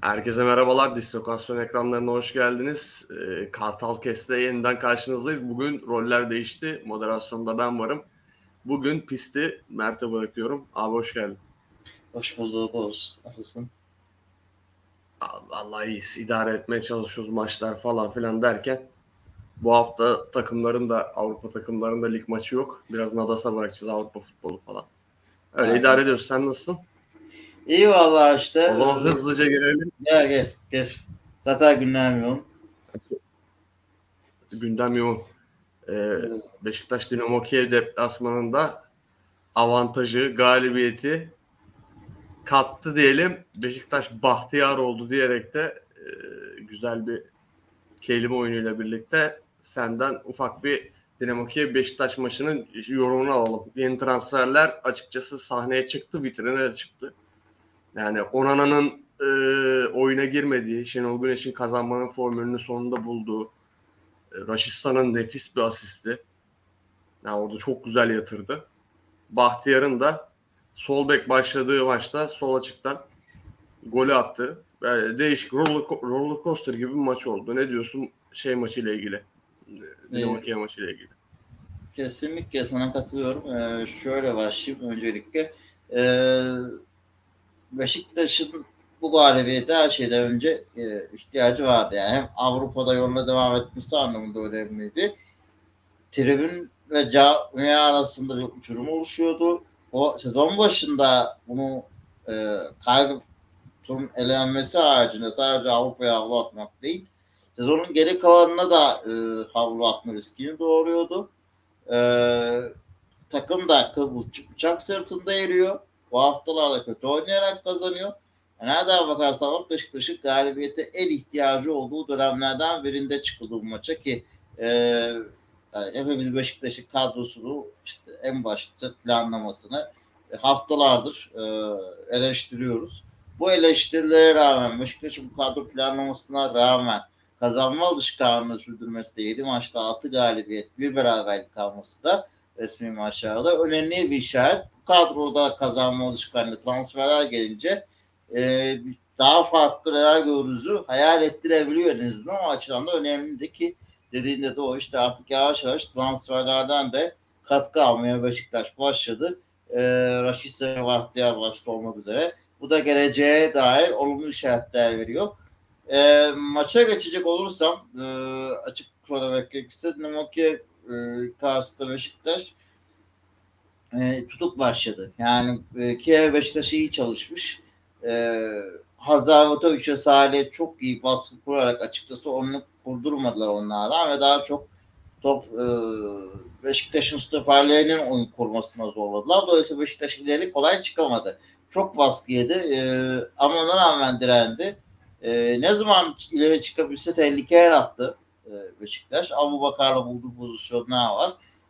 Herkese merhabalar. Dislokasyon ekranlarına hoş geldiniz. Kartal Kest'te yeniden karşınızdayız. Bugün roller değişti. Moderasyonda ben varım. Bugün pisti Mert'e bırakıyorum. Abi hoş geldin. Hoş bulduk Oğuz. Nasılsın? Vallahi iyiyiz. İdare etmeye çalışıyoruz maçlar falan filan derken. Bu hafta Avrupa takımlarında lig maçı yok. Biraz Nadas'a bırakacağız Avrupa futbolu falan. Öyle idare Aynen. ediyoruz. Sen nasılsın? İyi vallahi işte. O zaman hızlıca girelim. Gel. Zaten gündem yoğun. Gündem yoğun. Ee, Ee, Beşiktaş Dinamo Kiev deplasmanında avantajı, galibiyeti kattı diyelim. Beşiktaş bahtiyar oldu diyerek de güzel bir kelime oyunuyla birlikte senden ufak bir Dinamo Kiev Beşiktaş maçının yorumunu alalım. Yeni transferler açıkçası sahneye çıktı, vitrine çıktı. Yani Onana'nın oyuna girmediği, Şenol Güneş'in kazanmanın formülünü sonunda bulduğu, Raşistan'ın nefis bir asisti. Yani orada çok güzel yatırdı. Bahtiyar'ın da sol bek başladığı maçta sol açıktan golü attı. Yani değişik roller coaster gibi bir maç oldu. Ne diyorsun maçıyla ilgili? Dinamo e, Kiev maçıyla ilgili. Kesinlikle sana katılıyorum. Şöyle başlayayım öncelikle. Ee, Beşiktaş'ın bu galibiyete her şeyden önce ihtiyacı vardı. Yani hem Avrupa'da yoluna devam etmesi anlamında önemliydi. Tribün ve camia arasında bir uçurum oluşuyordu. O sezon başında bunu kaybı turun elenmesi haricinde sadece Avrupa'ya havlu atmak değil, sezonun geri kalanına da havlu atma riskini doğuruyordu. E, Takım da kıl bıçak sırtında eriyor. Bu haftalarda kötü oynayarak kazanıyor. Nereden bakarsan bak Beşiktaş'ın galibiyete en ihtiyacı olduğu dönemlerden birinde çıkıldı bu maça ki e, yani hepimiz Beşiktaş'ın kadrosunu işte en başta planlamasını haftalardır eleştiriyoruz. Bu eleştirilere rağmen Beşiktaş'ın bu kadro planlamasına rağmen kazanma alışkanlığı sürdürmesi de 7 maçta 6 galibiyet bir beraberlik kalması da resmi maçlarda önemli bir işaret. Bu kadroda kazanma alışkanlığı transferler gelince daha farklı real görürüzü hayal ettirebiliyor en azından. O açıdan da önemliydi ki dediğinde de o işte artık yavaş yavaş transferlerden de katkı almaya Beşiktaş başladı. Raşit'se ve Bahtiyar başta olmak üzere. Bu da geleceğe dair olumlu işaretler veriyor. Maça geçecek olursam açık söylemek gerekirse Dinamo Kiev karşısında Beşiktaş tutuk başladı. Yani Kiev Beşiktaş'ı iyi çalışmış. Hazarvatoviç'e Salih çok iyi baskı kurarak açıkçası onu kurdurmadılar onlardan ve daha çok top Beşiktaş'ın stoperlerinin oyun kurmasına zorladılar. Dolayısıyla Beşiktaş ileri kolay çıkamadı. Çok baskı yedi ama ona rağmen direndi. Ne zaman ileri çıkabilse tehlike yarattı Beşiktaş. Abubakar'la bulduğu pozisyonlar var.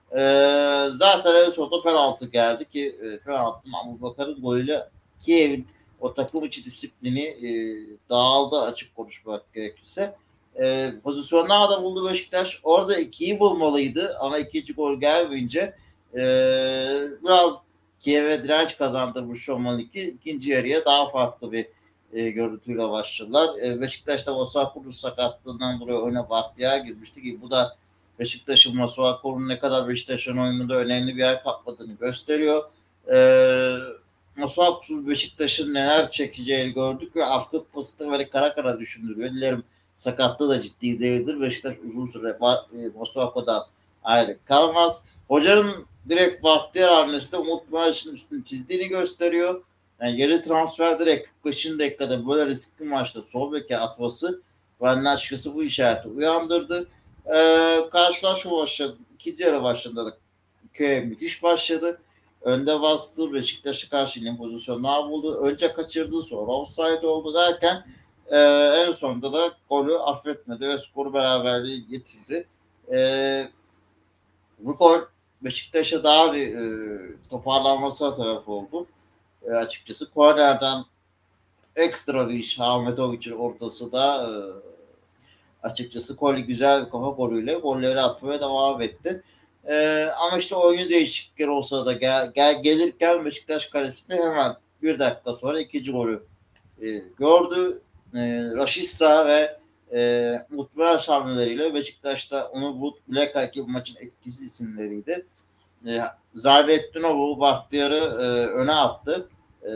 Zaten en sonunda penaltı geldi ki penaltının Abubakar'ın golüyle Kiev'in o takım içi disiplini dağıldı açık konuşmak gerekirse. Pozisyonlar da buldu Beşiktaş. Orada ikiyi bulmalıydı ama ikinci gol gelmeyince biraz Kiev'e direnç kazandırmış olmalı ki ikinci yarıya daha farklı bir görüntüyle başladılar. Beşiktaş'ta Osaku'nun sakatlığından dolayı öne Bahtiyar girmişti ki bu da Beşiktaş'ın Masuaku'nun ne kadar Beşiktaş'ın oyununda önemli bir yer kapladığını gösteriyor. Masuaku'suz Beşiktaş'ın neler çekeceğini gördük ve Afrika Kupası'nda böyle kara kara düşündürüyor. Dilerim sakatlığı da ciddi değildir. Beşiktaş uzun süre Masuaku'dan ayrı kalmaz. Hocanın direkt Bahtiyar hamlesi Umut Meraş'ın üstünü çizdiğini gösteriyor. Yani geri transfer direkt 45. dakikada böyle riskli maçta sol beke atması Van açıkçası bu işareti uyandırdı. Karşılaşma başladı. İkinci yarı başladığında da köye müthiş başladı. Önde bastı. Beşiktaş'a karşı yine pozisyonlar buldu. Önce kaçırdı sonra offside oldu derken en sonunda da golü affetmedi ve skoru beraberliği getirdi. Bu gol Beşiktaş'a daha bir toparlanmasına sebep oldu. Açıkçası kornerden ekstra bir iş Ahmetovic'in ortası da açıkçası Koli güzel bir kafa golüyle golleri atmaya devam etti. Ama işte oyuncu değişiklikleri olsa da gelirken Beşiktaş kalesinde hemen bir dakika sonra ikinci golü gördü. Rashica ve Mutlubaş hamleleriyle Beşiktaş'ta onu bu Bilekay gibi maçın etkisi isimleriydi. Zahretdinov'u Bahtiyar'ı öne attı.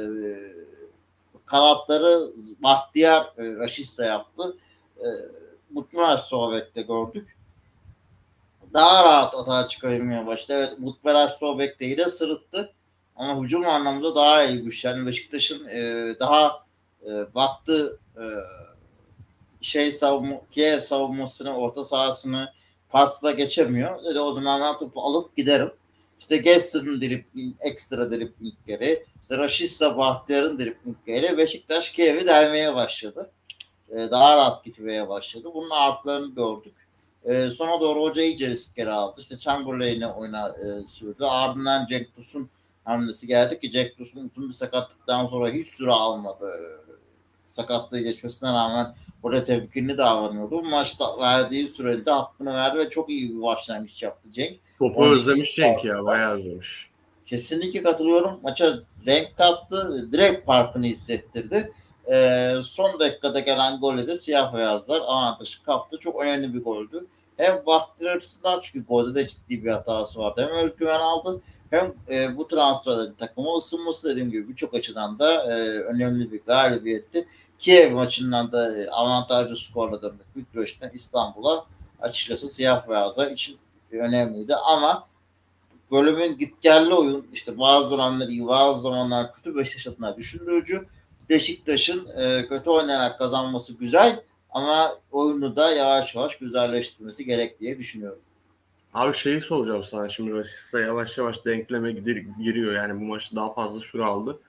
Kanatları Bahtiyar Rashica yaptı. Mutlubaş sol bekte gördük. Daha rahat atağa çıkarmaya başladı. Evet, Mutlubaş sol bekteyi de sırıttı. Ama hücum anlamında daha iyi güçlendi. Beşiktaş'ın daha baktı Kiev savunmasını, orta sahasını pasla geçemiyor. Dedi o zaman ben topu alıp giderim. İşte Getson'un ekstra driplingleri, işte Rashica Bahtiyar'ın driplingleri Beşiktaş Kiev'i delmeye başladı. Daha rahat gitmeye başladı. Bunun artlarını gördük. Sonra doğru hoca iyice riskleri aldı. İşte Chamberlain'e oyuna sürdü. Ardından Cenk Tosun hamlesi geldi ki Cenk Tosun uzun bir sakatlıktan sonra hiç süre almadı. Sakatlığı geçmesine rağmen orada temkinli davranıyordu. Bu maçta verdiği sürede hakkını verdi ve çok iyi bir başlangıç yaptı Cenk. Topu özlemiş Cenk ya. Bayağı özlemiş. Kesinlikle katılıyorum. Maça renk kattı. Direkt farkını hissettirdi. Son dakikada gelen golle de siyah beyazlar avantajı kaptı. Çok önemli bir goldü. Hem Bahtiyar açısından çünkü golde de ciddi bir hatası vardı. Hem özgüven aldı. Hem bu transferde takıma ısınması dediğim gibi birçok açıdan da önemli bir galibiyetti. Kiev maçından da avantajlı skorla dönmek Bükreş'ten İstanbul'a açıkçası siyah beyazlar için önemliydi ama bölümün gitgelli oyun işte bazı dönemler iyi bazı zamanlar kötü Beşiktaş adına düşündürücü. Beşiktaş'ın kötü oynayarak kazanması güzel ama oyunu da yavaş yavaş güzelleştirmesi gerek diye düşünüyorum. Abi şeyi soracağım sana şimdi. Rashica yavaş yavaş denkleme giriyor. Yani bu maç daha fazla süre aldı.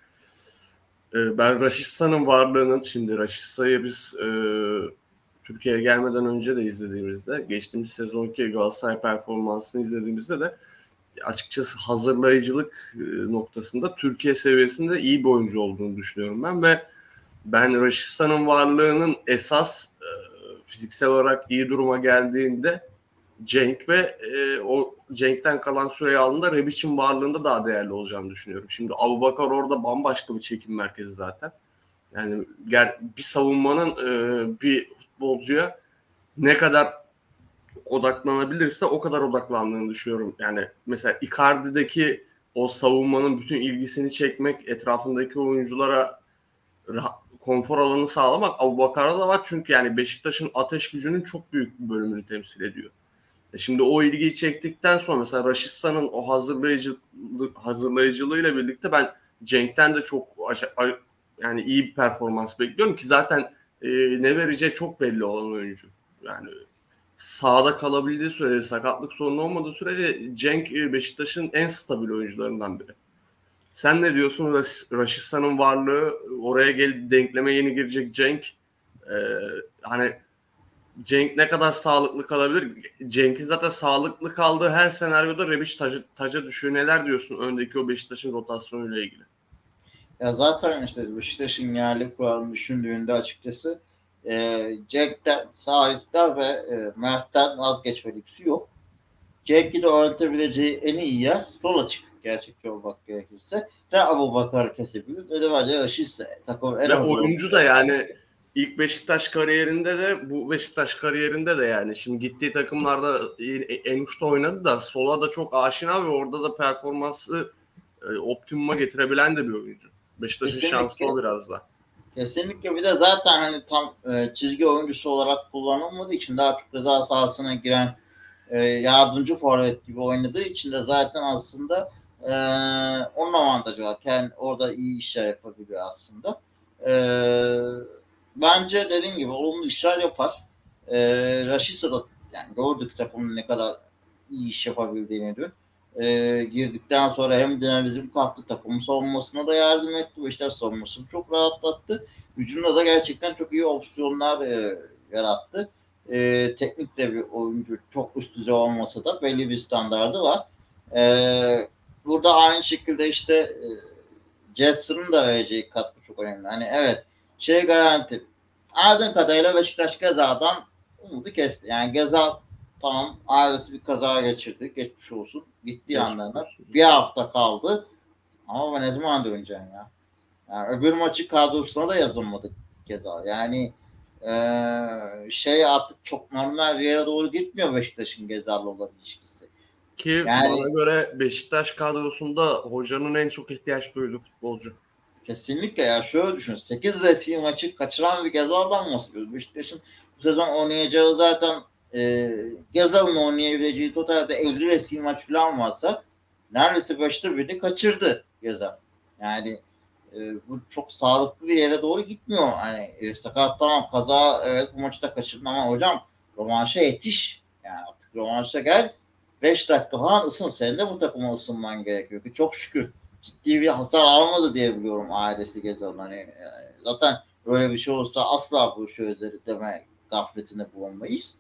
Ben Rashica'nın varlığının şimdi Rashica'yı biz Türkiye'ye gelmeden önce de izlediğimizde geçtiğimiz sezonki Galatasaray performansını izlediğimizde de açıkçası hazırlayıcılık noktasında Türkiye seviyesinde iyi bir oyuncu olduğunu düşünüyorum ben ve ben Rashica'nın varlığının esas fiziksel olarak iyi duruma geldiğinde Cenk ve o Cenk'ten kalan süreyi aldığında Rebic'in varlığında daha değerli olacağını düşünüyorum. Şimdi Abubakar orada bambaşka bir çekim merkezi zaten. Yani bir savunmanın bir futbolcuya ne kadar odaklanabilirse o kadar odaklandığını düşünüyorum. Yani mesela Icardi'deki o savunmanın bütün ilgisini çekmek, etrafındaki oyunculara konfor alanı sağlamak Abubakar'da da var. Çünkü yani Beşiktaş'ın ateş gücünün çok büyük bir bölümünü temsil ediyor. Şimdi o ilgiyi çektikten sonra mesela Rashica'nın o hazırlayıcılığıyla birlikte ben Cenk'ten de çok yani iyi bir performans bekliyorum ki zaten ne vereceği çok belli olan oyuncu. Yani sahada kalabildiği sürece, sakatlık sorunu olmadığı sürece Cenk Beşiktaş'ın en stabil oyuncularından biri. Sen ne diyorsun? Rashica'nın varlığı, oraya denkleme yeni girecek Cenk. Hani Cenk ne kadar sağlıklı kalabilir? Cenk'in zaten sağlıklı kaldığı her senaryoda Rebic taca düşüyor. Neler diyorsun öndeki o Beşiktaş'ın rotasyonuyla ilgili? Ya zaten işte Beşiktaş'ın yerli kuralını düşündüğünde açıkçası Cenk'ten, Salih'ten ve Mert'ten vazgeçme lüksü yok. Cenk'i de oynayabileceği en iyi yer sol açık gerçekçi olmak gerekirse. Ne Abubakar kesebilir ne de bence Rashica. Takım en Ve hazır oyuncu da yani ilk Beşiktaş kariyerinde de bu Beşiktaş kariyerinde de yani şimdi gittiği takımlarda en uçta oynadı da sola da çok aşina ve orada da performansı optimuma getirebilen de bir oyuncu. Beşiktaş'ın şansı o biraz da. Kesinlikle bir de zaten hani tam çizgi oyuncusu olarak kullanılmadığı için daha çok ceza sahasına giren yardımcı forvet gibi oynadığı için de zaten aslında onun avantajı var. Kendi orada iyi işler yapabiliyor aslında. Bence dediğim gibi olumlu işler yapar. Rashica da yani gördük takımın ne kadar iyi iş yapabildiğini dün. Girdikten sonra hem dinamizm kattı, takımın savunmasına da yardım etti. Beşiktaş savunmasını çok rahatlattı. Hücumda da gerçekten çok iyi opsiyonlar yarattı. Teknik de bir oyuncu çok üst düzey olmasa da belli bir standardı var. Burada aynı şekilde işte Jetson'ın da vereceği katkı çok önemli. Hani evet garanti. Anladığım kadarıyla Beşiktaş Gezal'dan umudu kesti. Yani Gezal tamam ailesi bir kaza geçirdi. Geçmiş olsun. Gitti yanlarına. Bir hafta kaldı. Ama ne zaman döneceksin ya? Yani öbür maçı kadrosuna da yazılmadı Gezal. Yani Artık çok normal bir yere doğru gitmiyor Beşiktaş'ın Gezal'la olan ilişkisi. Ki Yani bana göre Beşiktaş kadrosunda hocanın en çok ihtiyaç duyduğu futbolcu. kesinlikle ya, şöyle düşün. 8 resmi maçı kaçıran bir Gezal'dan bahsediyoruz. Beşiktaş'ın bu sezon oynayacağı zaten Gezal'ın oynayabileceği totalde 50 resmi maç falan varsa neredeyse 5'te birini kaçırdı Gezal. Yani bu çok sağlıklı bir yere doğru gitmiyor. Hani sakat tamam, kaza evet, bu maçı da kaçırdın ama hocam rövanşa yetiş. Yani artık rövanşa gel. 5 dakika falan ısın. Senin de bu takıma ısınman gerekiyor ki çok şükür ciddi bir hasar almadı diye biliyorum ailesi Gezal'ın. Hani zaten böyle bir şey olsa asla bu sözleri deme gafletine bulunmayız.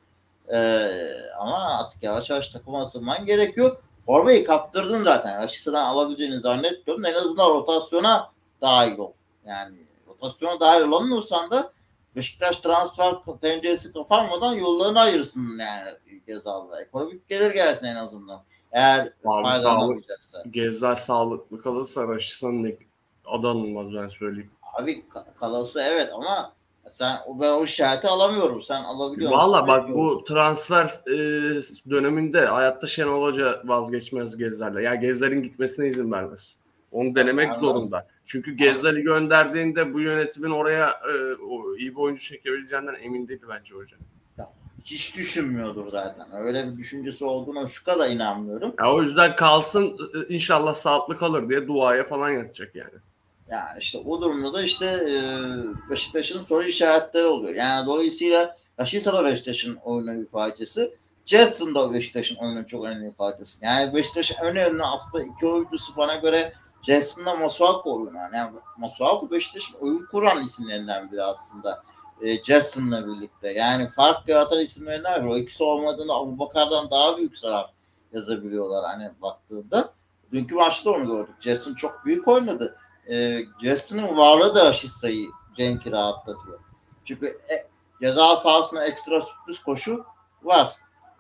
Ama artık yavaş yavaş takıma ısınman gerekiyor. Formayı kaptırdın zaten. Aşısından alabileceğini zannetmiyorum. En azından rotasyona dahil ol. Yani rotasyona dahil olamıyorsan da Beşiktaş transfer penceresi kapanmadan yollarını ayırsın yani Gezal'da. Ekonomik gelir gelsin en azından. Eğer Abi faydalanamayacaksa. Gezler sağlıklı kalırsa Raşit'in adanılmaz, ben söyleyeyim. Abi kalası evet ama ben o işareti alamıyorum. Sen alabiliyor musun? Valla bak, bu transfer döneminde hayatta Şenol Hoca vazgeçmez Gezler'le. Ya Gezler'in gitmesine izin vermez. Onu denemek Vermez. zorunda. Çünkü Gezler'i gönderdiğinde bu yönetimin oraya iyi bir oyuncu çekebileceğinden emin değil bence hoca. Hiç düşünmüyordur zaten. Öyle bir düşüncesi olduğuna şu kadar inanmıyorum. Ya o yüzden kalsın, inşallah sağlıklı kalır diye duaya falan yatacak yani. Yani işte o durumda da işte Beşiktaş'ın soru işaretleri oluyor. Yani dolayısıyla Rashica da Beşiktaş'ın oyunun bir parçası. Jetson da Beşiktaş'ın oyunun çok önemli bir parçası. Yani Beşiktaş'ın önemli aslında iki oyuncusu bana göre Jetson'la Masuaku oyunu. Yani Masuaku Beşiktaş'ın oyun kuran isimlerinden biri aslında. Jetson'la birlikte. Yani fark yaratan isimlerinden biri. O ikisi olmadığında Abubakar'dan daha büyük zarar yazabiliyorlar hani baktığında. Dünkü maçta onu gördük. Jetson çok büyük oynadı. Justin'in varlığı da Raşitsa'yı, Cenk'i rahatlatıyor. Çünkü ceza sahasına ekstra sürpriz koşu var.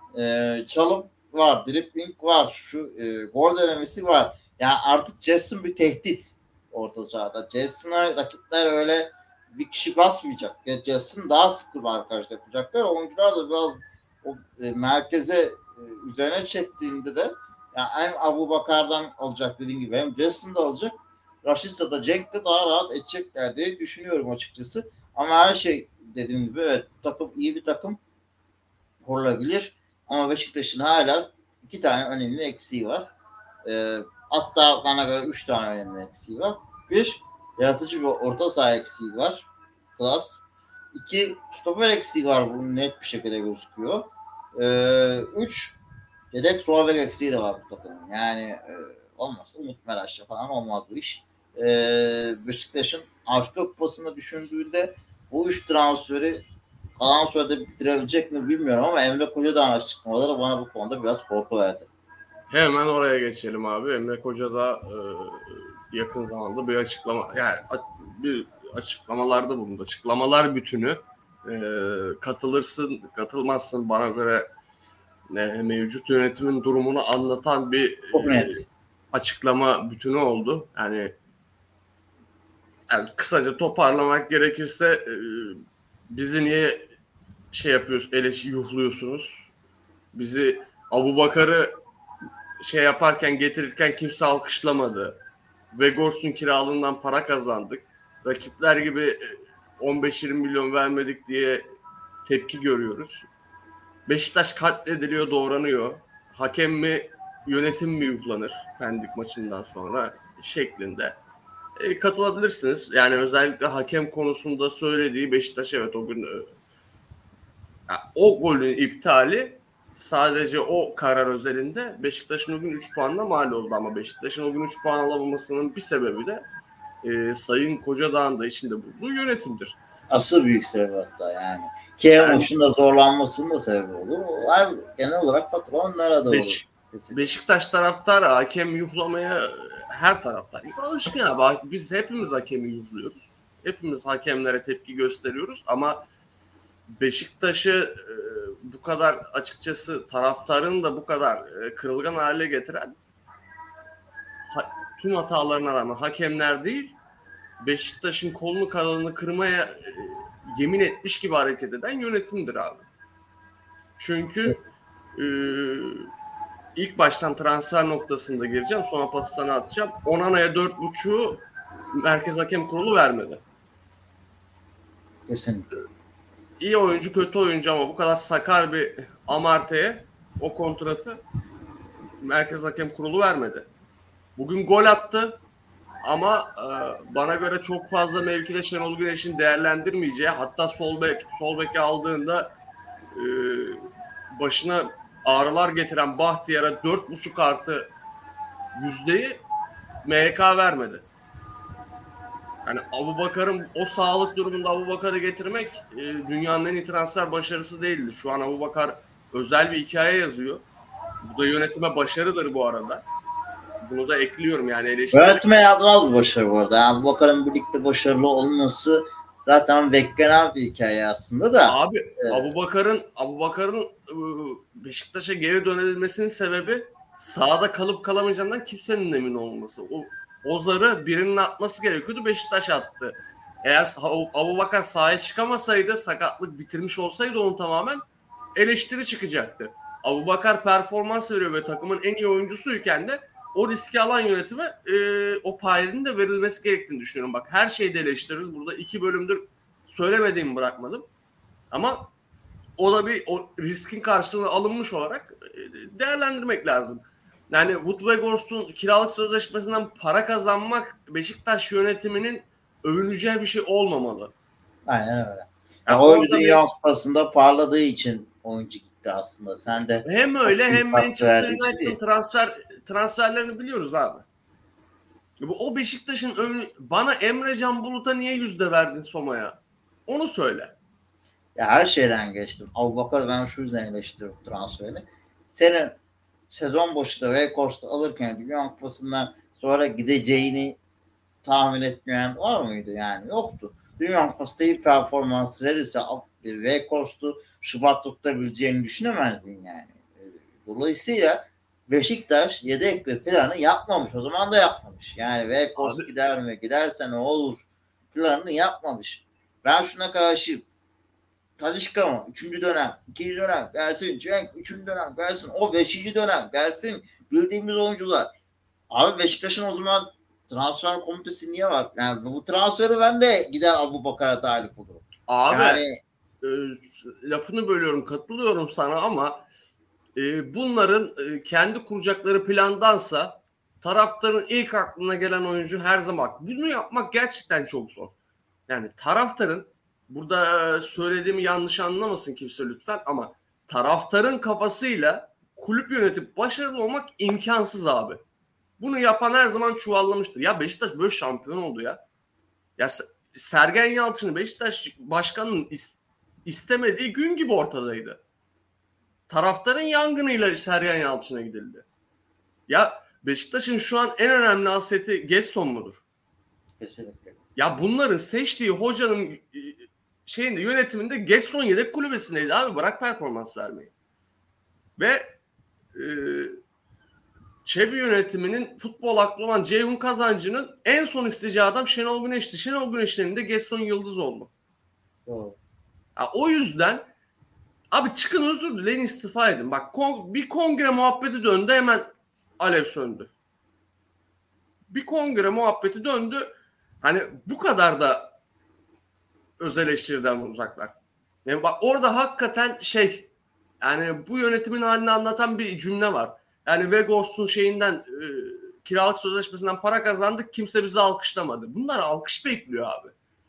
Çalım var, dribbling var, gol denemesi var. Yani artık Justin bir tehdit orta sahada. Justin'a rakipler öyle bir kişi basmayacak. Justin daha sıkı arkadaşlar yapacaklar. Oyuncular da biraz o merkeze üzerine çektiğinde de yani hem Abu Bakar'dan alacak dediğim gibi hem Justin de alacak. Rashica da Cenk de daha rahat edecekler diye düşünüyorum açıkçası. Ama her şey dediğim gibi evet, takım iyi bir takım kurulabilir. Ama Beşiktaş'ın hala iki tane önemli eksiği var. Hatta bana göre 3 tane önemli eksiği var. Bir, yaratıcı bir orta saha eksiği var. Klas. 2, stoper eksiği var. Bu net bir şekilde gözüküyor. 3, yedek sol bek eksiği de var bu takımın. Yani olmaz. Umut Meraş'la falan olmaz bu iş. Beşiktaş'ın Afrika Kupası'nı düşündüğünde bu 3 transferi kalan sürede bitirebilecek mi bilmiyorum ama Emre Kocadağ'ın açıklamaları bana bu konuda biraz korku verdi. Hemen oraya geçelim abi. Emre Koca da yakın zamanda bir açıklama, yani bir açıklamalarda bulundu. Açıklamalar bütünü, katılırsın katılmazsın, bana göre mevcut yönetimin durumunu anlatan bir Çok net. açıklama bütünü oldu. Yani kısaca toparlamak gerekirse bizi niye yuhluyorsunuz? Bizi, Abubakar'ı getirirken kimse alkışlamadı. Vegors'un kiralığından para kazandık. Rakipler gibi 15-20 milyon vermedik diye tepki görüyoruz. Beşiktaş katlediliyor, doğranıyor. Hakem mi, yönetim mi yüklanır Pendik maçından sonra şeklinde. Katılabilirsiniz. Yani özellikle hakem konusunda söylediği Beşiktaş, evet, o gün o golün iptali sadece o karar özelinde Beşiktaş'ın o gün 3 puanla mal oldu, ama Beşiktaş'ın o gün 3 puan alamamasının bir sebebi de Sayın Kocadağ'ın da içinde bulunduğu yönetimdir. Asıl büyük sebep hatta yani. Kerem Yani Hoş'un da zorlanmasının da sebebi olur. Her, genel olarak patronlara da olur. Beşiktaş taraftarı hakem yuhlamaya, her taraftar alışkın abi. Biz hepimiz hakemi yuhluyoruz. Hepimiz hakemlere tepki gösteriyoruz ama Beşiktaş'ı bu kadar, açıkçası taraftarın da bu kadar kırılgan hale getiren tüm hatalarına rağmen hakemler değil, Beşiktaş'ın kolunu kanadını kırmaya yemin etmiş gibi hareket eden yönetimdir abi. Çünkü ilk baştan transfer noktasında gireceğim. Sonra pası sana atacağım. Onana'ya 4.5'u Merkez Hakem Kurulu vermedi. Kesinlikle. İyi oyuncu kötü oyuncu ama bu kadar sakar bir Amarte'ye o kontratı Merkez Hakem Kurulu vermedi. Bugün gol attı ama bana göre çok fazla mevkide Şenol Güneş'in değerlendirmeyeceği, hatta sol beki aldığında başına ağrılar getiren Bahtiyar'a 4.5 artı yüzdeyi MHK vermedi. Yani Abubakar'ın o sağlık durumunda Abubakar'ı getirmek dünyanın en iyi transfer başarısı değildi. Şu an Abubakar özel bir hikaye yazıyor. Bu da yönetime başarıdır bu arada. Bunu da ekliyorum yani eleştiri. Yönetime yazmaz bu başarı bu arada. Yani bu bakalım birlikte başarılı olması zaten beklenen bir hikaye aslında da. Abi Abubakar'ın Beşiktaş'a geri dönebilmesinin sebebi sahada kalıp kalamayacağından kimsenin emin olması. O zarı birinin atması gerekiyordu. Beşiktaş attı. Eğer Abubakar sahaya çıkamasaydı, sakatlık bitirmiş olsaydı onu tamamen eleştiri çıkacaktı. Abubakar performans veriyor ve takımın en iyi oyuncusuyken de o riski alan yönetime o payenin de verilmesi gerektiğini düşünüyorum. Bak her şeyi de eleştiririz. Burada 2 bölümdür söylemediğimi bırakmadım. Ama o da o riskin karşılığına alınmış olarak değerlendirmek lazım. Yani Wout Weghorst'un kiralık sözleşmesinden para kazanmak Beşiktaş yönetiminin övüneceği bir şey olmamalı. Aynen öyle. Yani o Dünya Kupası'nda parladığı için oyuncu gitti aslında. Sen de hem öyle hem Manchester United'ın transferlerini biliyoruz abi. O Beşiktaş'ın bana Emre Can Bulut'a niye yüzde verdin Soma'ya? Onu söyle. Ya her şeyden geçtim. Abubakar ben şu yüzden eleştiriyorum transferi. Senin sezon başında Weghorst'u alırken Dünya Kupası'ndan sonra gideceğini tahmin etmeyen var mıydı? Yani yoktu. Dünya Kupası'nda iyi performans verirse Weghorst'u Şubat'ta tutabileceğini düşünemezdin yani. Dolayısıyla Beşiktaş yedek ve planı yapmamış. O zaman da yapmamış. Yani Weghorst gider mi? Giderse ne olur? Planını yapmamış. Ben şuna karşıyım. Talisca mı? 3. dönem, 2. dönem gelsin. Cenk 3. dönem gelsin. O 5. dönem gelsin. Bildiğimiz oyuncular. Abi Beşiktaş'ın o zaman transfer komitesi niye var? Yani bu transferi ben de gider Abubakar'a talip olurum. Abi yani, lafını bölüyorum, katılıyorum sana ama bunların kendi kuracakları plandansa taraftarın ilk aklına gelen oyuncu her zaman. Bunu yapmak gerçekten çok zor. Yani taraftarın, burada söylediğimi yanlış anlamasın kimse lütfen, ama taraftarın kafasıyla kulüp yönetip başarılı olmak imkansız abi. Bunu yapan her zaman çuvallamıştır. Ya Beşiktaş böyle şampiyon oldu ya. Ya Sergen Yalçın'ı Beşiktaş başkanının istemediği gün gibi ortadaydı. Taraftarın yangınıyla Sergen Yalçın'a gidildi. Ya Beşiktaş'ın şu an en önemli aseti Gerson mudur? Kesinlikle. Ya bunların seçtiği hocanın yönetiminde Gerson yedek kulübesindeydi abi, bırak performans vermeyi. Ve Çebi yönetiminin futbol aklı olan Ceyhun Kazancı'nın en son isteyeceği adam Şenol Güneş'ti. Şenol Güneş'in de Gerson Yıldız oldu. Doğru. Ya o yüzden abi çıkın özür dileyin, istifa edin. Bak bir kongre muhabbeti döndü, hemen alev söndü. Bir kongre muhabbeti döndü. Hani bu kadar da öz eleştiriden uzaklar. Yani bak orada hakikaten yani bu yönetimin halini anlatan bir cümle var. Yani Weghorst'un kiralık sözleşmesinden para kazandık, kimse bizi alkışlamadı. Bunlar alkış bekliyor abi.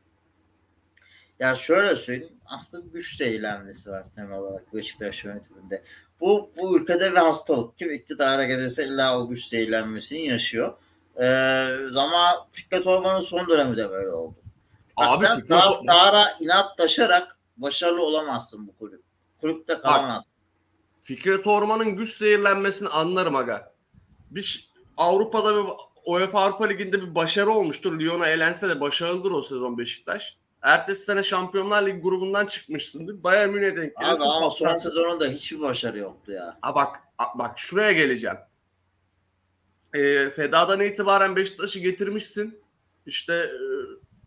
Ya şöyle söyleyeyim, aslında bir güç zehirlenmesi var temel olarak Beşiktaş yönetiminde. Bu ülkede bir hastalık. Kim iktidara gelirse illa o güç zehirlenmesini yaşıyor. Ama Fikret Orman'ın son dönemi de böyle oldu. Bak abi, sen taraftara inatlaşarak başarılı olamazsın bu kulüp. Kulüpte kalamazsın. Fikret Orman'ın güç zehirlenmesini anlarım aga. Avrupa'da bir UEFA Avrupa Ligi'nde bir başarı olmuştur. Lyon'a elense de başarılıdır o sezon Beşiktaş. Ertesi sene Şampiyonlar Ligi grubundan çıkmışsındır. Bayern Münih'e denk gelirsin. Abi ama son sezonunda hiçbir başarı yoktu ya. Bak şuraya geleceğim. Feda'dan itibaren Beşiktaş'ı getirmişsin. İşte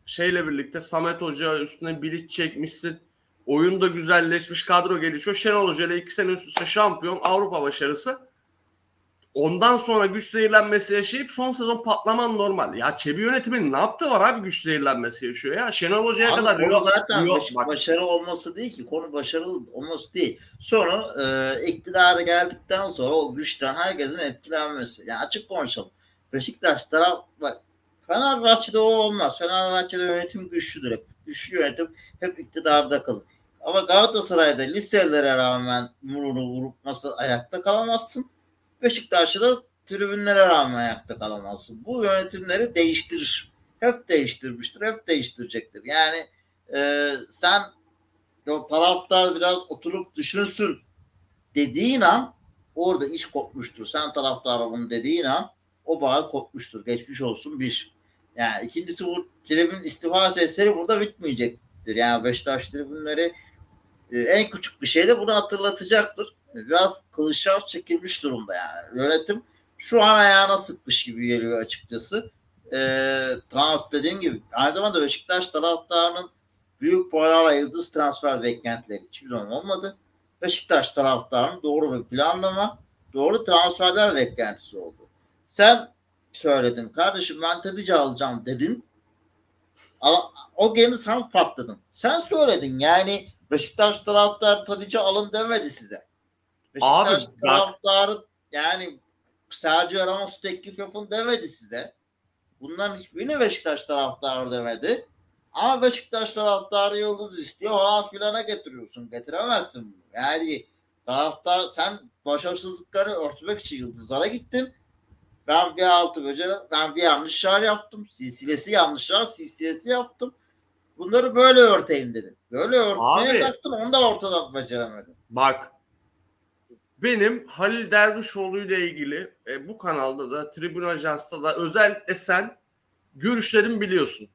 şeyle birlikte Samet Hoca üstüne Bilic çekmişsin. Oyun da güzelleşmiş, kadro gelişiyor. Şenol Hoca ile 2 sene üst üste şampiyon, Avrupa başarısı. Ondan sonra güç zehirlenmesi yaşayıp son sezon patlaman normal. Ya Çebi yönetiminin ne yaptığı var abi, güç zehirlenmesi yaşıyor ya. Şenol Hoca'ya Abi kadar konu zaten bak. başarı olması değil ki. Konu başarılı olması değil. Sonra iktidara geldikten sonra o güçten herkesin etkilenmesi. Yani açık konuşalım. Beşiktaş taraf bak, Fenerbahçe'de o olmaz. Fenerbahçe'de yönetim güçlüdür hep. Güçlü yönetim hep iktidarda kalır. Ama Galatasaray'da liselere rağmen Murunu vurması ayakta kalamazsın. Beşiktaş'ta da tribünlere rağmen ayakta kalamazsın. Bu yönetimleri değiştirir. Hep değiştirmiştir, hep değiştirecektir. Yani sen o taraftar biraz oturup düşünsün dediğin an orada iş kopmuştur. Sen taraftara bunu dediğin an o bağ kopmuştur. Geçmiş olsun bir. Yani ikincisi bu tribün istifa sesleri burada bitmeyecektir. Yani Beşiktaş tribünleri en küçük bir şeyle bunu hatırlatacaktır. Biraz kılıçlar çekilmiş durumda yani. Yönetim şu an ayağına sıkmış gibi geliyor açıkçası. Dediğim gibi aynı zamanda Beşiktaş taraftarının büyük paralarla yıldız transfer beklentileri hiçbir zaman olmadı. Beşiktaş taraftarının doğru bir planlama, doğru transferler beklentisi oldu. Sen söyledin kardeşim ben Tadiç'i alacağım dedin. O gemi sen patladın. Sen söyledin yani Beşiktaş taraftarı Tadiç'i alın demedi size. Beşiktaş Abi, taraftarı yani Sergio Ramos teklif yapın demedi size. Bunların hiçbirini Beşiktaş taraftarı demedi. Ama Beşiktaş taraftarı yıldız istiyor falan filana getiriyorsun. Getiremezsin bunu. Yani taraftar sen başarısızlıkları örtmek için yıldızlara gittin. Ben bir yanlışlar yaptım. Silsilesi yaptım. Bunları böyle örteyim dedim. Böyle örtmeye kalktım onu da ortadan beceremedim. Bak benim Halil Dervişoğlu ile ilgili bu kanalda da Tribün Ajans'ta da özellikle sen görüşlerimi biliyorsun.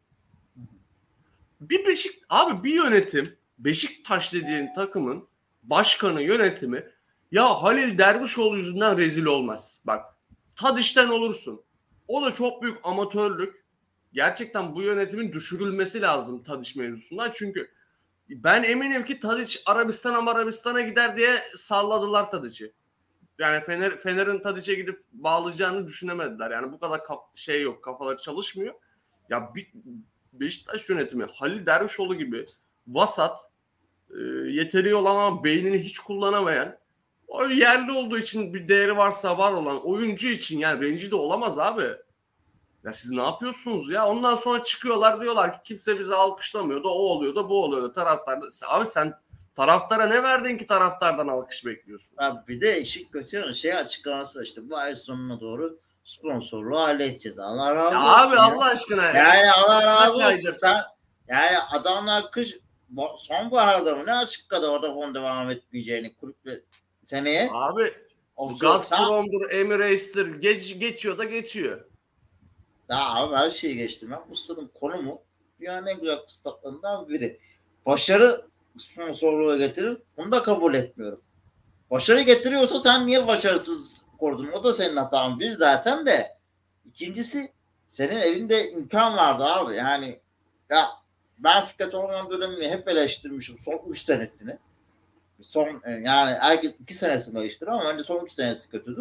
Bir yönetim Beşiktaş dediğin takımın başkanı yönetimi ya Halil Dervişoğlu yüzünden rezil olmaz. Bak Tadiç'ten olursun. O da çok büyük amatörlük. Gerçekten bu yönetimin düşürülmesi lazım Tadiç mevzusundan. Çünkü ben eminim ki Tadiç Arabistan'a gider diye salladılar Tadiç'i. Yani Fener'in Tadiç'e gidip bağlayacağını düşünemediler. Yani bu kadar yok, kafaları çalışmıyor. Ya Beşiktaş yönetimi Halil Dervişoğlu gibi vasat, yeteneği olan ama beynini hiç kullanamayan, o yerli olduğu için bir değeri varsa var olan oyuncu için yani rencide olamaz abi. Ya siz ne yapıyorsunuz ya? Ondan sonra çıkıyorlar diyorlar ki kimse bizi alkışlamıyor da o oluyor da bu oluyor da taraftar. Abi sen taraftara ne verdin ki taraftardan alkış bekliyorsun? Abi bir de işin kötü açıklaması işte bu ay sonuna doğru sponsorluğu halledeceğiz. Allah razı Ya olsun. abi ya. Allah aşkına. Yani Allah razı Kaç olsun. Sen yani adamlar sonbaharda mı ne açıkladı Vodafone devam etmeyeceğini kulüple seneye. Abi Gazprom'dur, Emirates'tir geçiyor da geçiyor. Daha abi her şeyi geçtim. Ben bu stadın konumu dünyanın en güzel stadlarından biri. Başarı sponsorluğu getirir. Bunu da kabul etmiyorum. Başarı getiriyorsa sen niye başarısız korudun? O da senin hatan bir zaten de. İkincisi senin elinde imkan vardı abi. Yani ya ben Fikret Orman dönemini hep eleştirmişim son 3 senesini. Yani herkes 2 senesini eleştirir ama bence son 3 senesi kötüdür.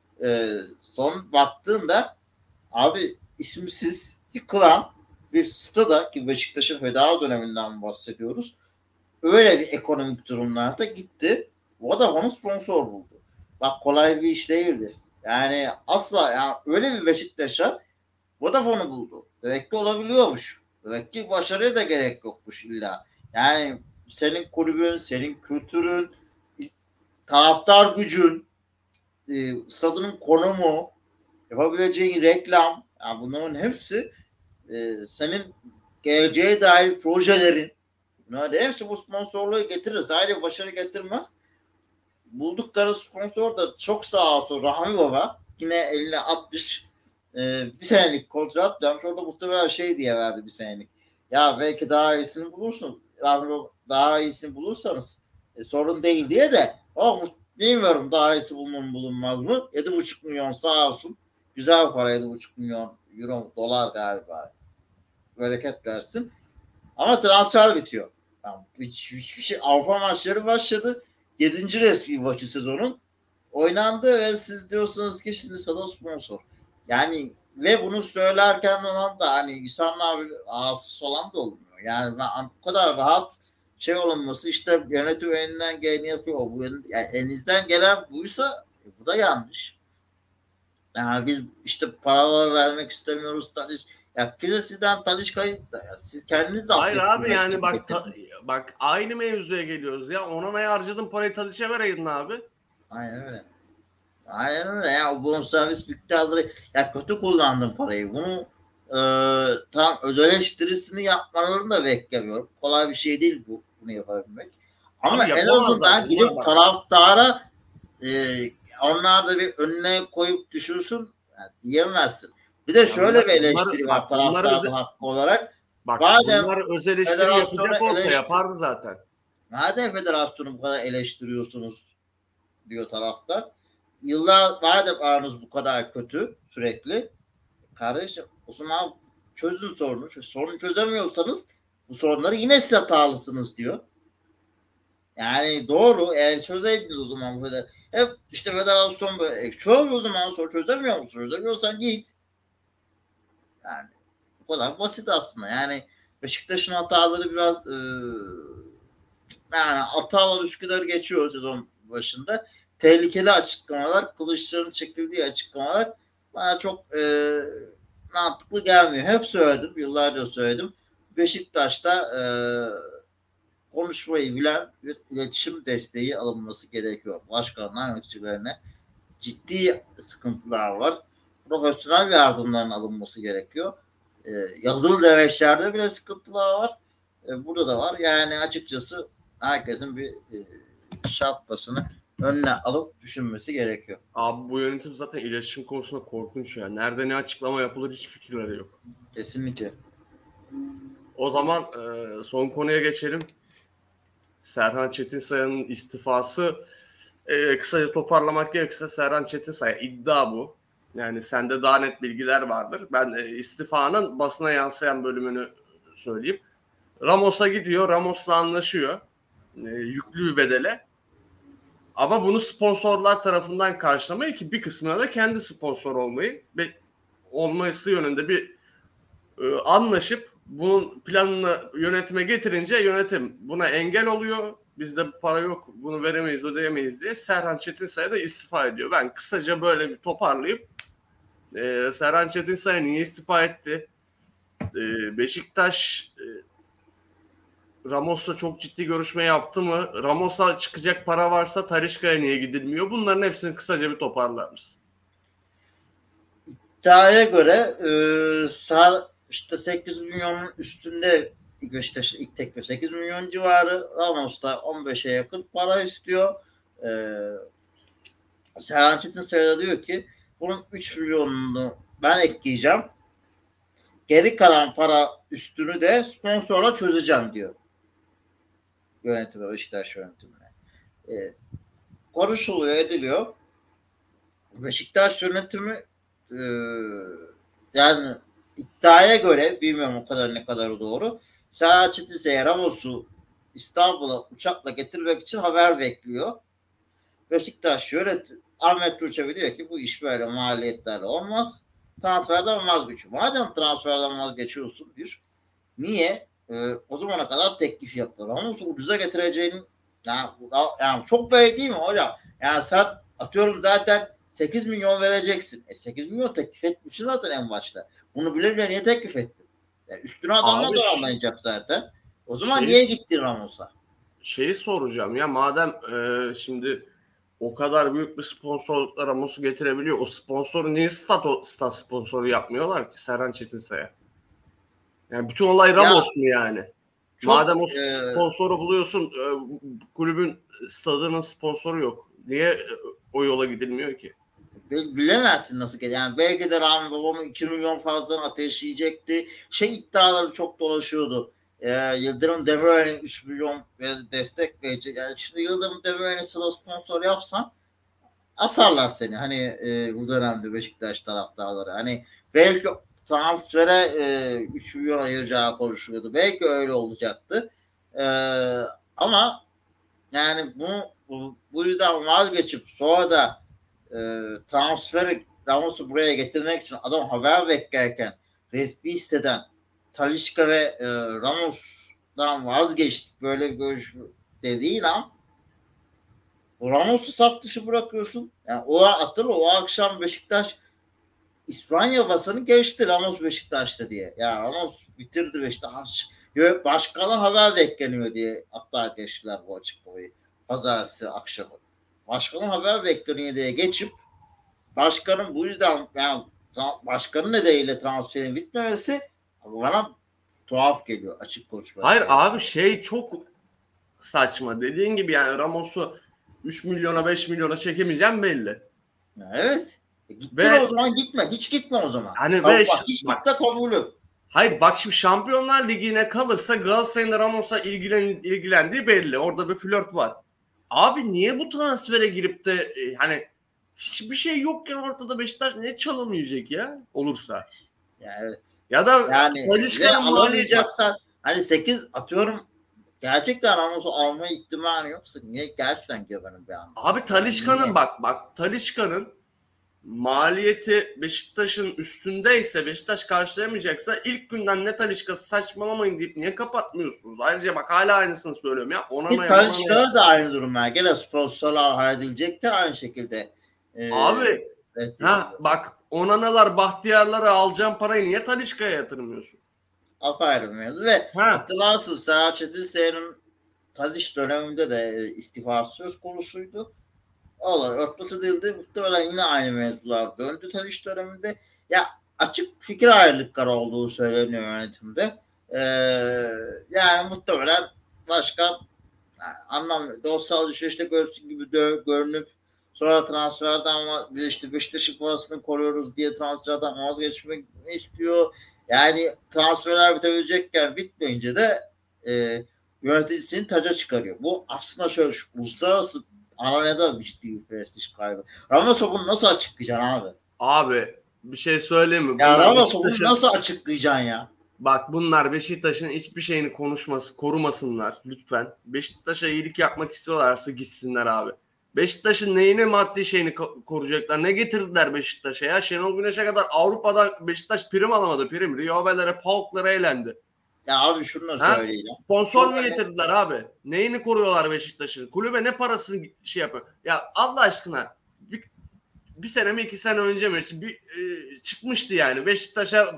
Son baktığında abi isimsiz yıkılan bir stada ki Beşiktaş'ın feda döneminden bahsediyoruz. Öyle bir ekonomik durumlarda gitti. Vodafone'u sponsor buldu. Bak kolay bir iş değildir. Yani asla yani öyle bir Beşiktaş'a Vodafone'u buldu. Demek ki olabiliyormuş. Demek ki başarıya da gerek yokmuş illa. Yani senin kulübün, senin kültürün, taraftar gücün, stadının konumu, yapabileceğin reklam, yani bunların hepsi senin geleceğe dair projelerin, bunlar hepsi bu sponsorluğu getirir. Sadece başarı getirmez. Buldukları sponsor da çok sağ olsun Rahmi Baba yine eline atmış bir senelik kontrat vermiş. Orada muhtemelen şey diye verdi bir senelik. Ya belki daha iyisini bulursun. Rahmi Baba daha iyisini bulursanız sorun değil diye de bilmiyorum daha iyisi bulunmaz mı? 7,5 milyon sağ olsun. Güzel para 7,5 milyon euro dolar galiba. bereket versin. Ama transfer bitiyor. Yani hiçbir şey. Avrupa maçları başladı. 7. resmi maçı sezonun oynandı ve siz diyorsunuz ki şimdi sana sponsor. Yani ve bunu söylerken olan da hani insanlar ağzı olan da olmuyor. Yani bu kadar rahat şey olunması, işte yönetim elinden geleni yapıyor. Yani elinizden gelen buysa bu da yanlış. Yani biz işte paralar vermek istemiyoruz. Ya bize sizden Talisca'yı siz kendiniz de Hayır abi, affettirmek yani için bak getirdiniz. bak aynı mevzuya geliyoruz ya. Onana'ya harcadın parayı, Tadic'e vereydin abi. Aynen öyle. Aynen öyle ya, o bonservis miktarları ya kötü kullandım parayı. Bunu tam öz eleştirisini yapmalarını da beklemiyorum. Kolay bir şey değil bunu yapabilmek. Ama Abi en yapamazlar azından bunlar gidip bak. taraftara e, onlar da bir önüne koyup düşürsün yani diyemezsin. Bir de Ya şöyle bir bunlar eleştiri var bak bunlar taraftarın hakkı olarak. bak Madem bunlar öz eleştiri federasyonu yapacak olsa yapardı zaten. madem federasyonu bu kadar eleştiriyorsunuz diyor taraftar. Yıllar madem aranız bu kadar kötü sürekli, kardeşim o zaman çözün sorunu. Sorunu çözemiyorsanız bu sorunları yine siz hatalısınız diyor. Yani doğru. Eğer çözeydiniz o zaman bu kadar. Hep işte federasyon böyle. Çöz o zaman, sonra çözemiyor musun? Çözemiyorsan git. Yani bu kadar basit aslında. Yani Beşiktaş'ın hataları biraz yani hatalar Üsküdar'ı geçiyor sezon başında. Tehlikeli açıklamalar, kılıçların çekildiği açıklamalar bana çok mantıklı gelmiyor. Hep söyledim, yıllarca söyledim. Beşiktaş'ta konuşmayı bilen bir iletişim desteği alınması gerekiyor. Başkanlar yöneticilerine ciddi sıkıntılar var. Profesyonel yardımların alınması gerekiyor. Yazılı demeçlerde bile sıkıntılar var. Burada da var. Yani açıkçası herkesin bir şapkasını önüne alıp düşünmesi gerekiyor. Abi bu yönetim zaten iletişim konusunda korkunç ya. Nerede ne açıklama yapılır hiç fikirleri yok. Kesinlikle. O zaman son konuya geçelim. Serhan Çetinsaya'nın istifası. Kısaca toparlamak gerekirse Serhan Çetinsaya iddia bu. Yani sende daha net bilgiler vardır. Ben istifanın basına yansıyan bölümünü söyleyeyim. Ramos'a gidiyor. Ramos'la anlaşıyor. Yüklü bir bedele. Ama bunu sponsorlar tarafından karşılamayı, ki bir kısmına da kendi sponsor olması yönünde bir anlaşıp bunun planını yönetime getirince yönetim buna engel oluyor. Bizde para yok, bunu veremeyiz, ödeyemeyiz diye Serhan Çetinsaya da istifa ediyor. Ben kısaca böyle bir toparlayıp Serhan Çetinsaya niye istifa etti? Beşiktaş Ramos'la çok ciddi görüşme yaptı mı? Ramos'a çıkacak para varsa Talisca'ya niye gidilmiyor? Bunların hepsini kısaca bir toparlar mısın? İddiaya göre işte 8 milyonun üstünde Beşiktaş'ın ilk teklif 8 milyon civarı. Ramos'ta 15'e yakın para istiyor. Serhan Çetinsaya diyor ki bunun 3 milyonunu ben ekleyeceğim. Geri kalan para üstünü de sponsorla çözeceğim diyor. Yönetime, Beşiktaş yönetimine. Konuşuluyor, ediliyor. Beşiktaş yönetimi yani iddiaya göre bilmiyorum o kadar ne kadar doğru. Serhan Çetinsaya Ramos'u İstanbul'a uçakla getirmek için haber bekliyor. Beşiktaş Ahmet Turçevi diyor ki bu iş böyle maliyetlerle olmaz. Transferden vazgeçiyor. Madem transferden vazgeçiyorsun niye o zamana kadar teklif yaptın? Ramos'u ucuza getireceğini yani çok belli değil mi hocam? Yani sen atıyorum zaten 8 milyon vereceksin. 8 milyon teklif etmişsin zaten en başta. Bunu bile bile niye teklif ettin? Yani üstüne adamla Abi da almayacak zaten. O zaman şey niye gittin Ramos'a? şeyi soracağım ya, madem şimdi o kadar büyük bir sponsorlukla Ramos'u getirebiliyor. O sponsoru niye stat sponsoru yapmıyorlar ki Serhan Çetinsay'a? Yani bütün olay Ya Ramos mu yani? çok Madem o sponsoru buluyorsun, kulübün stadının sponsoru yok. Niye o yola gidilmiyor ki? bilemezsin nasıl ki. Yani belki de Rami babamı 2 milyon fazla ateşleyecekti. İddiaları çok dolaşıyordu. Yıldırım Demirören'in 3 milyon destek verecek. Yani şimdi Yıldırım Demirören'i sıra sponsor yapsan asarlar seni. Hani bu dönemde Beşiktaş taraftarları. Hani belki transfere 3 milyon ayıracağı konuşuluyordu. Belki öyle olacaktı. Ama yani bu yüzden vazgeçip sonra da transferi Ramos'u buraya getirmek için adam haber beklerken resmi siteden Talisca ve Ramos'dan vazgeçtik. Böyle bir görüş dediği lan Ramos'u saf dışı bırakıyorsun. Yani o akşam Beşiktaş İspanya basını geçti Ramos Beşiktaş'ta diye. Ya Ramos bitirdi Beşiktaş. Başkalar haber bekleniyor diye hatta geçtiler bu açıklamayı. Pazartesi akşamı. Başkanın haber bekleniyor diye geçip başkanın bu yüzden yani başkanın nedeniyle transferin bitmemesi bana tuhaf geliyor açık konuşmak. Hayır abi çok saçma. Dediğin gibi yani Ramos'u 3 milyona 5 milyona çekemeyeceğim belli. Evet. Gitme o zaman gitme. Hiç gitme o zaman. Hani hiç gitme kabulü. Hayır bak şimdi Şampiyonlar Ligi'ne kalırsa Galatasaray'ın Ramos'a ilgilendiği belli. Orada bir flört var. Abi niye bu transfere girip de hani hiçbir şey yokken ortada Beşiktaş ne çalım ya olursa. Ya evet. Ya da yani alamayacaksan hani 8 atıyorum gerçekten Ramos'u alma ihtimali yoksa niye gerçekten güvenim bir an. Abi Talisca'nın bak Talisca'nın maliyeti Beşiktaş'ın üstündeyse Beşiktaş karşılayamayacaksa ilk günden ne Talisca'sı saçmalamayın deyip niye kapatmıyorsunuz? Ayrıca bak hala aynısını söylüyorum ya. Talisca'da da aynı durum var. Gene sponsorlar halledecekler aynı şekilde. Abi bak Onanalar Bahtiyarlara alacağın parayı niye Talisca'ya yatırmıyorsun? Apayrı mevzu ve hatırlarsın Serhat Çetinsever'in Tadiç döneminde de istifası söz konusuydu. Olay örtbası değildi. Muhtemelen yine aynı mevzular döndü Tadiç döneminde. Ya açık fikir ayrılıkları olduğu söyleniyor yönetimde. Yani muhtemelen başkan anlamıyor. Dosya alışverişte görsün gibi görünüp sonra transferden işte Beşiktaş'ın parasını koruyoruz diye transferden vazgeçmek istiyor. Yani transferler bitebilecekken bitmeyince de yöneticisini taca çıkarıyor. Bu aslında şöyle uluslararası arenada bir ciddi bir prestij kaybı. Ramos'u bunu nasıl açıklayacaksın abi? Abi bir şey söyleyeyim mi? Ya Ramos'u bunu nasıl açıklayacaksın ya? Bak bunlar Beşiktaş'ın hiçbir şeyini korumasınlar lütfen. Beşiktaş'a iyilik yapmak istiyorlarsa gitsinler abi. Beşiktaş'ın neyini maddi şeyini koruyacaklar? Ne getirdiler Beşiktaş'a ya? Şenol Güneş'e kadar Avrupa'dan Beşiktaş prim alamadı. Rio Haberlere, PAOK'lara eğlendi. Ya abi şunu söyleyeyim. Sponsor mu getirdiler abi? Neyini koruyorlar Beşiktaş'ın? Kulübe ne parasını yapıyor? Ya Allah aşkına bir sene mi 2 sene önce mi çıkmıştı yani Beşiktaş'a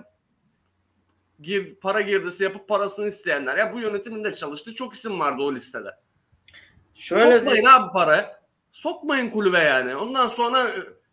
para girdisi yapıp parasını isteyenler. Ya bu yönetimin de çalıştı. Çok isim vardı o listede. Sokmayın abi para. Sokmayın kulübe yani. Ondan sonra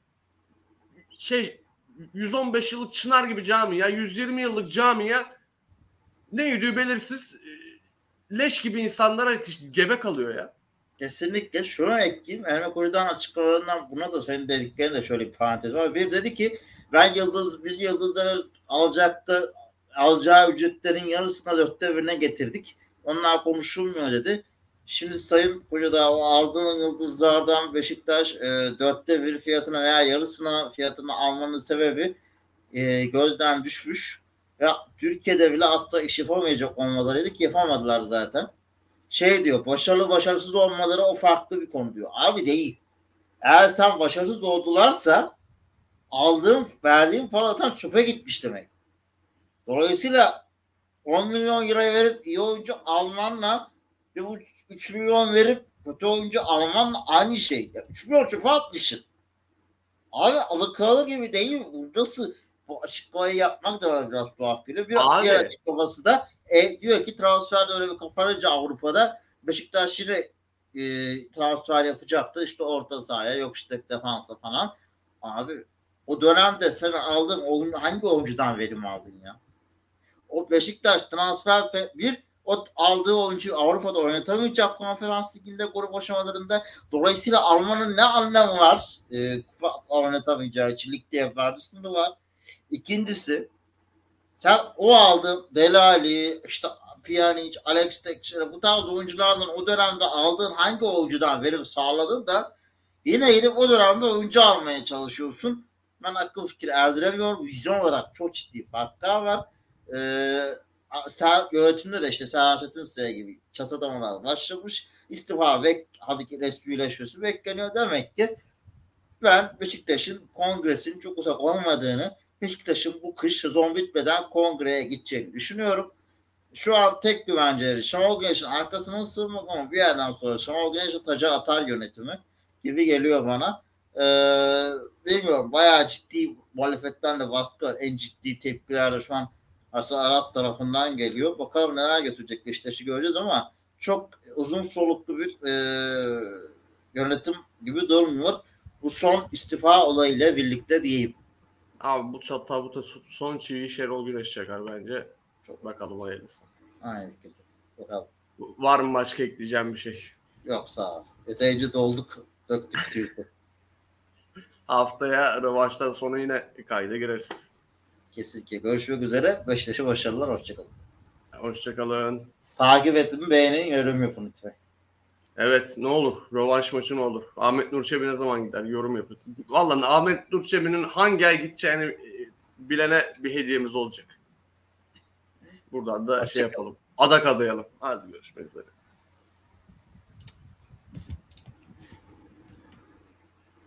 115 yıllık Çınar gibi cami ya 120 yıllık camiye ne yürüdüğü belirsiz leş gibi insanlara gebe kalıyor ya. Kesinlikle. Şunu ekleyeyim. Emre Kocaman açıklamalarından buna da senin dediklerine de şöyle bir parantez var. Bir dedi ki biz yıldızları alacağı ücretlerin yarısına 1/4'ine getirdik. Onlar konuşulmuyor dedi. Şimdi Sayın Kocadağ aldığın yıldızlardan Beşiktaş 1/4 fiyatına veya yarısına fiyatını almanın sebebi gözden düşmüş. Ya Türkiye'de bile asla iş yapamayacak olmalarıydı ki yapamadılar zaten. Diyor başarılı başarısız olmaları o farklı bir konu diyor. Abi değil. Eğer sen başarısız oldularsa verdiğin paradan çöpe gitmiş demek. Dolayısıyla 10 milyon liraya verip iyi oyuncu almanla 3 milyon verip kötü oyuncu almanla aynı şey. 3 milyon çöpe atmışsın. Abi alıkalı gibi değil mi? Nasıl bu açıklamayı yapmak da bana biraz tuhaf geliyor. Diğer açıklaması da diyor ki transferde öyle bir kapanınca Avrupa'da Beşiktaş yine transfer yapacaktı. İşte orta sahaya yok işte defansa falan. Abi o dönemde sen aldığın hangi oyuncudan verim aldın ya? O Beşiktaş transfer o aldığı oyuncuyu Avrupa'da oynatamayacak Konferans Ligi'nde grup aşamalarında. Dolayısıyla Alman'ın ne anlamı var? Oynatamayacağı için ligde yapardı sınırı var. İkincisi sen o aldığın Delali, işte Pjanic, Alex Teixeira bu tarz oyunculardan o dönemde aldığın hangi oyuncudan verim sağladın da yine gidip o dönemde oyuncu almaya çalışıyorsun ben akıl fikir erdiremiyorum. Vizyon olarak çok ciddi farklar var. Yönetimde de işte Serhat Sıraya gibi çatadamalar başlamış. İstifa ve resmileşmesi bekleniyor. Demek ki ben Beşiktaş'ın kongresinin çok uzak olmadığını, Beşiktaş'ın bu kış sezon bitmeden kongreye gideceğini düşünüyorum. Şu an tek güvenceleri Şenol Güneş'in arkasına sığınmak ama bir yerden sonra Şenol Güneş'e taca atar yönetimi gibi geliyor bana. Bilmiyorum, bayağı ciddi muhalefetten de baskı var. En ciddi tepkiler de şu an aslında Arap tarafından geliyor. Bakalım neler getirecek, Beşiktaş'ı göreceğiz ama çok uzun soluklu bir yönetim gibi durmuyor. Bu son istifa olayıyla birlikte diyeyim. Abi bu tabuta son çiviyi Şenol Güneş çakar bence. Çok bakalım hayırlısı. Aynen. Bakalım. Var mı başka ekleyeceğim bir şey? Yok, sağ ol. Yeterince dolduk. Döktük tüyü. Haftaya rövanştan sonra yine kayda gireriz. Kesinlikle. Görüşmek üzere. Beşiktaş'a başarılar. Hoşçakalın. Hoşçakalın. Takip edin, beğenin, yorum yapın lütfen. Evet, ne olur. Rövanş maçı ne olur. Ahmet Nur Çebi ne zaman gider? Yorum yapın. Vallahi Ahmet Nur Çebi'nin hangi ay gideceğini bilene bir hediyemiz olacak. Buradan da şey yapalım. Adak adayalım. Hadi görüşmek üzere.